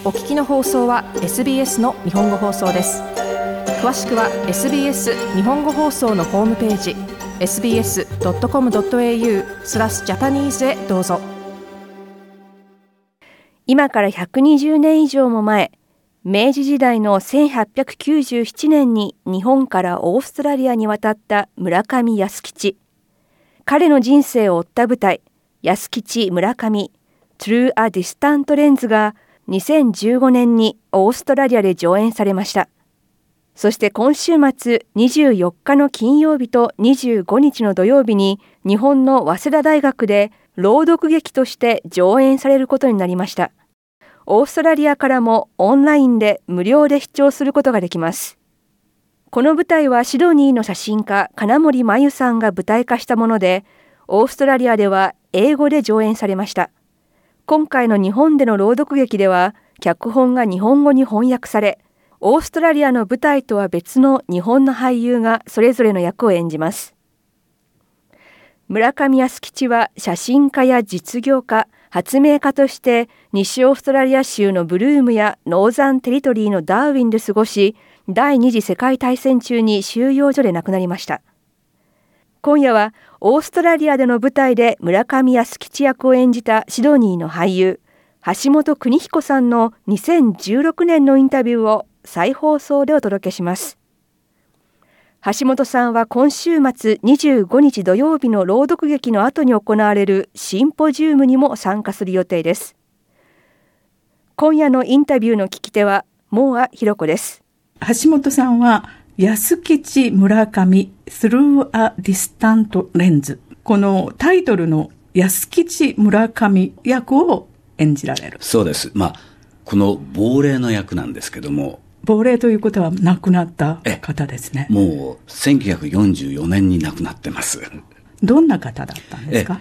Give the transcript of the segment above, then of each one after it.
お聞きの放送は SBS の日本語放送です。詳しくは SBS 日本語放送のホームページ sbs.com.au/Japanese へどうぞ。今から120年以上も前、明治時代の1897年に日本からオーストラリアに渡った村上靖吉。彼の人生を追った舞台、靖吉村上 Through a Distant Lens が2015年にオーストラリアで上演されました。そして今週末24日の金曜日と25日の土曜日に日本の早稲田大学で朗読劇として上演されることになりました。オーストラリアからもオンラインで無料で視聴することができます。この舞台はシドニーの写真家金森真由さんが舞台化したもので、オーストラリアでは英語で上演されました。今回の日本での朗読劇では脚本が日本語に翻訳され、オーストラリアの舞台とは別の日本の俳優がそれぞれの役を演じます。村上靖吉は写真家や実業家、発明家として西オーストラリア州のブルームやノーザンテリトリーのダーウィンで過ごし、第二次世界大戦中に収容所で亡くなりました。今夜はオーストラリアでの舞台で村上靖吉役を演じたシドニーの俳優、橋本邦彦さんの2016年のインタビューを再放送でお届けします。橋本さんは今週末25日土曜日の朗読劇の後に行われるシンポジウムにも参加する予定です。今夜のインタビューの聞き手はモーアひろ子です。 橋本さんは靖吉村上 Through a Distant Lens、 このタイトルの靖吉村上役を演じられる。 そうです。この亡霊の役なんですけども、 亡霊ということは亡くなった方ですね。 もう1944年に亡くなってます。 どんな方だったんですか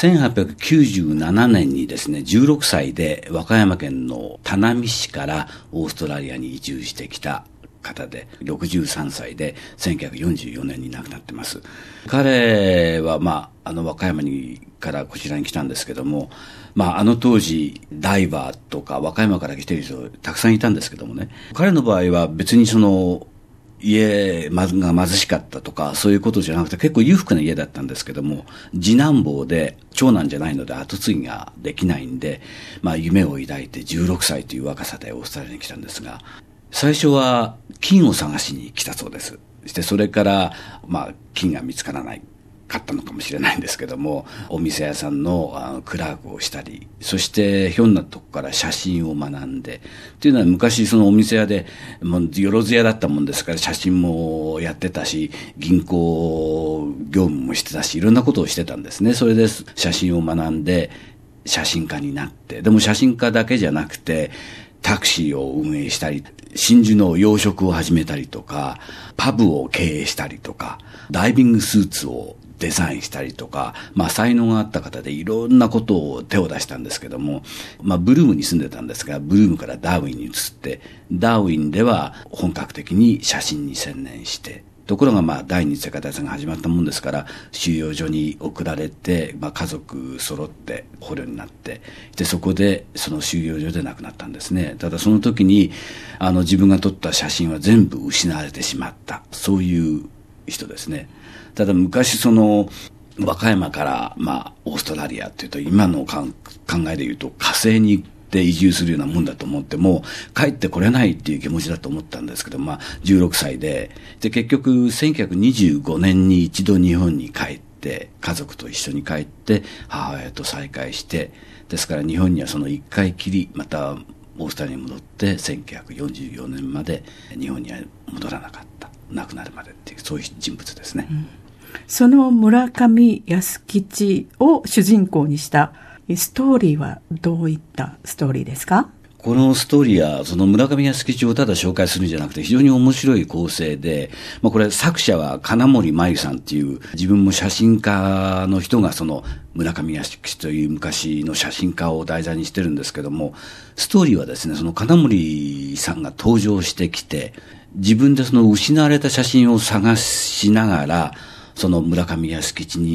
？1897年にですね、16歳で和歌山県の田波市からオーストラリアに移住してきた方で、63歳で1944年に亡くなってます。彼は和歌山からこちらに来たんですけども、あの当時ダイバーとか和歌山から来てる人たくさんいたんですけどもね、彼の場合は別に家が貧しかったとかそういうことじゃなくて、結構裕福な家だったんですけども、次男坊で長男じゃないので後継ぎができないんで、夢を抱いて16歳という若さでオーストラリアに来たんですが、最初は金を探しに来たそうです。それから金が見つからないかったのかもしれないんですけども、お店屋さんのクラークをしたり、そしてひょんなとこから写真を学んでっていうのは、昔そのお店屋でよろず屋だったもんですから、写真もやってたし、銀行業務もしてたし、いろんなことをしてたんですね。それで写真を学んで写真家になって、でも写真家だけじゃなくてタクシーを運営したり、真珠の養殖を始めたりとか、パブを経営したりとか、ダイビングスーツをデザインしたりとか、才能があった方でいろんなことを手を出したんですけども、ブルームに住んでたんですが、ブルームからダーウィンに移って、ダーウィンでは本格的に写真に専念して、ところが第二次世界大戦が始まったもんですから、収容所に送られて、家族揃って捕虜になって、でそこでその収容所で亡くなったんですね。ただその時に自分が撮った写真は全部失われてしまった、そういう人ですね。ただ昔和歌山からオーストラリアっていうと、今の考えで言うと火星に行って移住するようなもんだと思っても帰ってこれないっていう気持ちだと思ったんですけど、16歳で結局1925年に一度日本に帰って、家族と一緒に帰って母親と再会して、ですから日本にはその一回きり、またオーストラリアに戻って1944年まで日本には戻らなかった、亡くなるまでっていう、そういう人物ですね。 その村上靖吉を主人公にしたストーリーはどういったストーリーですか？ このストーリーはその村上靖吉をただ紹介するんじゃなくて、非常に面白い構成で、これ作者は金森真由さんっていう、自分も写真家の人がその村上靖吉という昔の写真家を題材にしてるんですけども、ストーリーはですね、その金森さんが登場してきて、自分でその失われた写真を探しながら、その村上靖吉に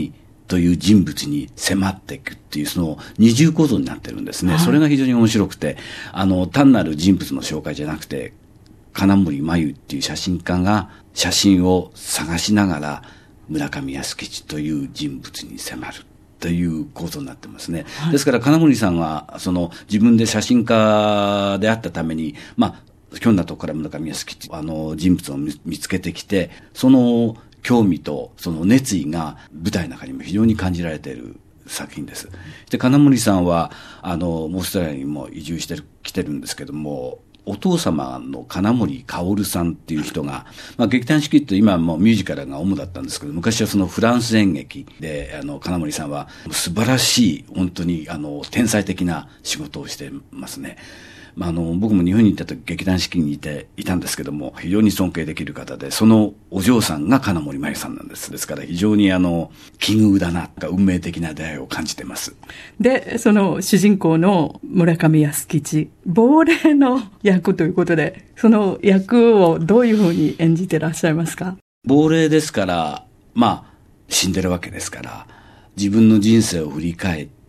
という人物に迫っていくっていうその二重構造になってるんですね。はい、それが非常に面白くて、単なる人物の紹介じゃなくて、金森真由っていう写真家が写真を探しながら村上靖吉という人物に迫るという構造になってますね。はい、ですから金森さんは自分で写真家であったために、ひょんなとこから村上靖吉人物を見つけてきて、その興味とその熱意が舞台の中にも非常に感じられている作品です。で、金森さんはオーストラリアにも移住してきてるんですけども、お父様の金森薫さんっていう人が、劇団四季って今はもうミュージカルが主だったんですけど、昔はそのフランス演劇で、金森さんは素晴らしい、本当に天才的な仕事をしてますね。僕も日本に行った時劇団四季にいたんですけども、非常に尊敬できる方で、そのお嬢さんが金森真由さんなんです。ですから非常に奇遇だな、運命的な出会いを感じてます。 で、その主人公の村上靖吉、亡霊の役ということで、その役をどういうふうに演じてらっしゃいますか？ 亡霊ですから、死んでるわけですから、自分の人生を振り返って、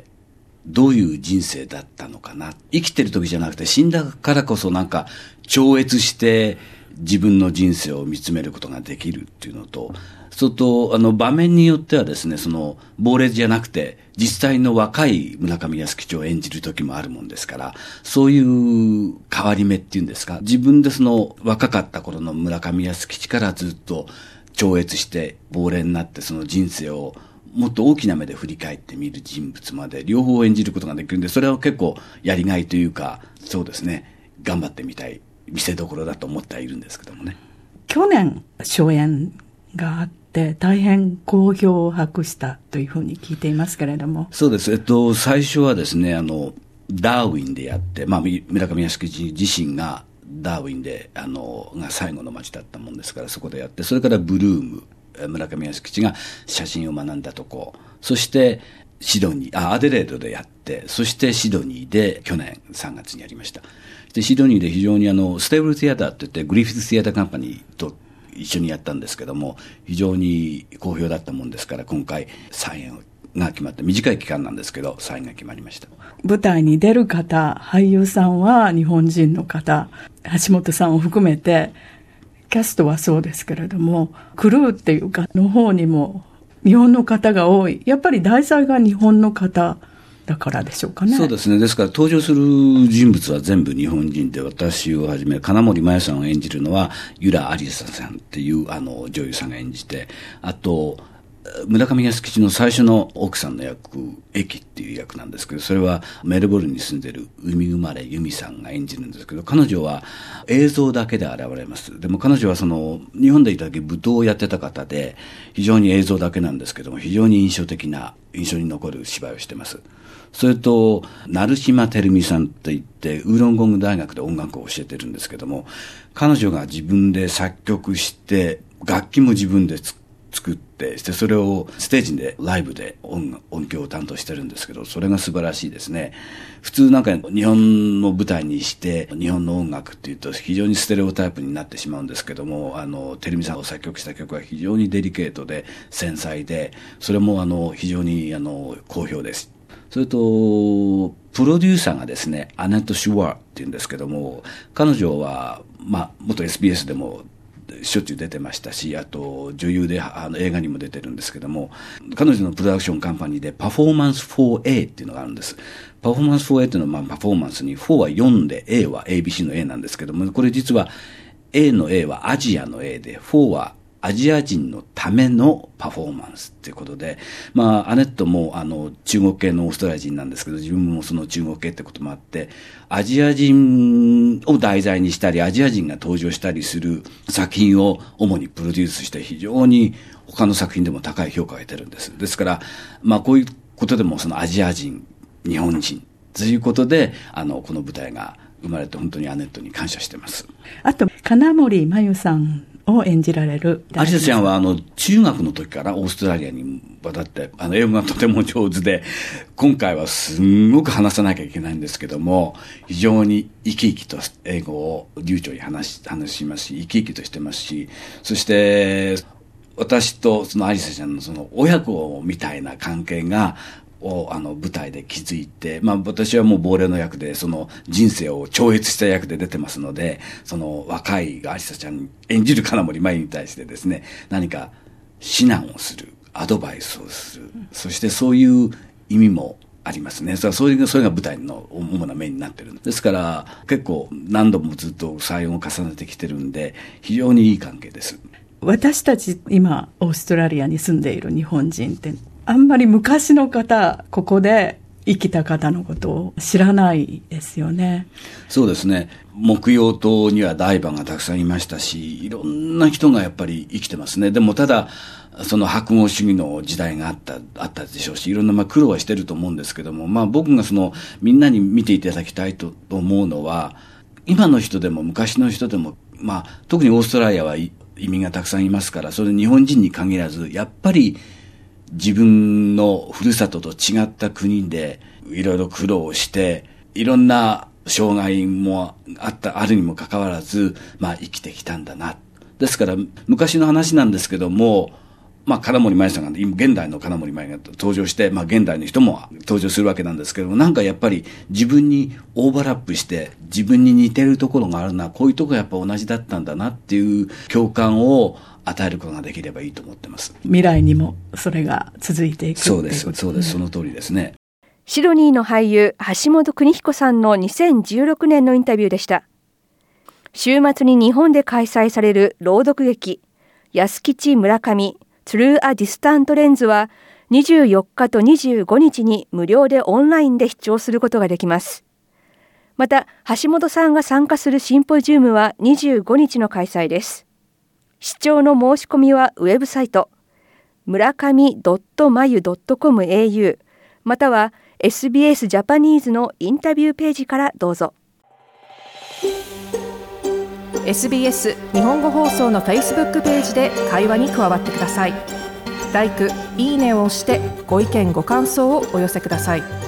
どういう人生だったのかな。生きてる時じゃなくて死んだからこそ超越して自分の人生を見つめることができるっていうのと、それと場面によってはですね、亡霊じゃなくて実際の若い村上靖吉を演じる時もあるもんですから、そういう変わり目っていうんですか、自分で若かった頃の村上靖吉からずっと超越して亡霊になってその人生をもっと大きな目で振り返って見る人物まで両方演じることができるんで、それは結構やりがいというか、そうですね、頑張ってみたい見せどころだと思ってはいるんですけどもね。去年初演があって大変好評を博したというふうに聞いていますけれども。 そうです。最初はですね、ダーウィンでやって、村上靖吉自身がダーウィンでが最後の街だったもんですから、そこでやって、それからブルーム、村上靖吉が写真を学んだとこ、そしてアデレードでやって、そしてシドニーで去年3月にやりました。でシドニーで非常にステーブルティアターって言ってグリフィス・ティアターカンパニーと一緒にやったんですけども、非常に好評だったもんですから、今回再演が決まって、短い期間なんですけど再演が決まりました。 舞台に出る方、俳優さんは日本人の方、橋本さんを含めてキャストはそうですけれども、クルーっていうかの方にも日本の方が多い。やっぱり題材が日本の方だからでしょうかね。 そうですね。ですから登場する人物は全部日本人で、私をはじめ金森真由さんを演じるのは由良ありささんっていう女優さんが演じて、あと村上靖吉の最初の奥さんの役、駅っていう役なんですけど、それはメルボルンに住んでる海生まれ由美さんが演じるんですけど、彼女は映像だけで現れます。でも彼女は日本でいた時舞踏をやってた方で、非常に映像だけなんですけども、非常に印象に残る芝居をしてます。それと成島照美さんといってウーロンゴング大学で音楽を教えてるんですけども、彼女が自分で作曲して楽器も自分で作って、それをステージでライブで音響を担当してるんですけど、それが素晴らしいですね。普通日本の舞台にして日本の音楽っていうと非常にステレオタイプになってしまうんですけども、照美さんが作曲した曲は非常にデリケートで繊細で、それも非常に好評です。それとプロデューサーがですね、アネット・シュワーっていうんですけども、彼女は元 SBS でもしょっちゅう出てましたし、あと女優で映画にも出てるんですけども、彼女のプロダクションカンパニーでパフォーマンス 4A っていうのがあるんです。パフォーマンス 4A っていうのはパフォーマンスに4は4で A は ABC の A なんですけども、これ実は A の A はアジアの A で、4はアジア人のためのパフォーマンスっていうことで、アネットも中国系のオーストラリア人なんですけど、自分もその中国系ってこともあって、アジア人を題材にしたり、アジア人が登場したりする作品を主にプロデュースして、非常に他の作品でも高い評価を得てるんです。ですから、こういうことでもアジア人、日本人ということで、この舞台が生まれて本当にアネットに感謝してます。 あと、金森真由さんを演じられるアリサちゃんは中学の時からオーストラリアに渡って英語がとても上手で、今回はすんごく話さなきゃいけないんですけども、非常に生き生きと英語を流暢に話しますし、生き生きとしてますし、そして私とそのアリサちゃんのその親子みたいな関係が舞台で築いて、私はもう亡霊の役でその人生を超越した役で出てますので、その若いアリサちゃん演じる金森麻衣に対してですね、何か指南をする、アドバイスをする、そしてそういう意味もありますね。それが舞台の主な面になってる。ですから結構何度もずっと採用を重ねてきてるんで、非常にいい関係です。 私たち今オーストラリアに住んでいる日本人ってあんまり昔の方、ここで生きた方のことを知らないですよね。 そうですね。木曜島にはダイバーがたくさんいましたし、いろんな人がやっぱり生きてますね。でもただその白豪主義の時代があったでしょうし、いろんな苦労はしてると思うんですけども、僕がみんなに見ていただきたいと思うのは、今の人でも昔の人でも、特にオーストラリアは移民がたくさんいますから、それ日本人に限らず、やっぱり自分のふるさとと違った国でいろいろ苦労して、いろんな障害もあるにもかかわらず、生きてきたんだな。ですから昔の話なんですけども、金森麻衣さんが現代の金森麻衣が登場して、現代の人も登場するわけなんですけども、なんかやっぱり自分にオーバーラップして自分に似てるところがあるな、こういうところがやっぱ同じだったんだなっていう共感を与えることができればいいと思ってます。 未来にもそれが続いていく。 そうです、そうです、その通りですね。 シドニーの俳優橋本邦彦さんの2016年のインタビューでした。週末に日本で開催される朗読劇安吉村上Through a Distant Lensは24日と25日に無料でオンラインで視聴することができます。また橋本さんが参加するシンポジウムは25日の開催です。視聴の申し込みはウェブサイト村上.mayu.com au または SBS ジャパニーズのインタビューページからどうぞ。 SBS 日本語放送の Facebook ページで会話に加わってください。LIKE、いいねを押してご意見ご感想をお寄せください。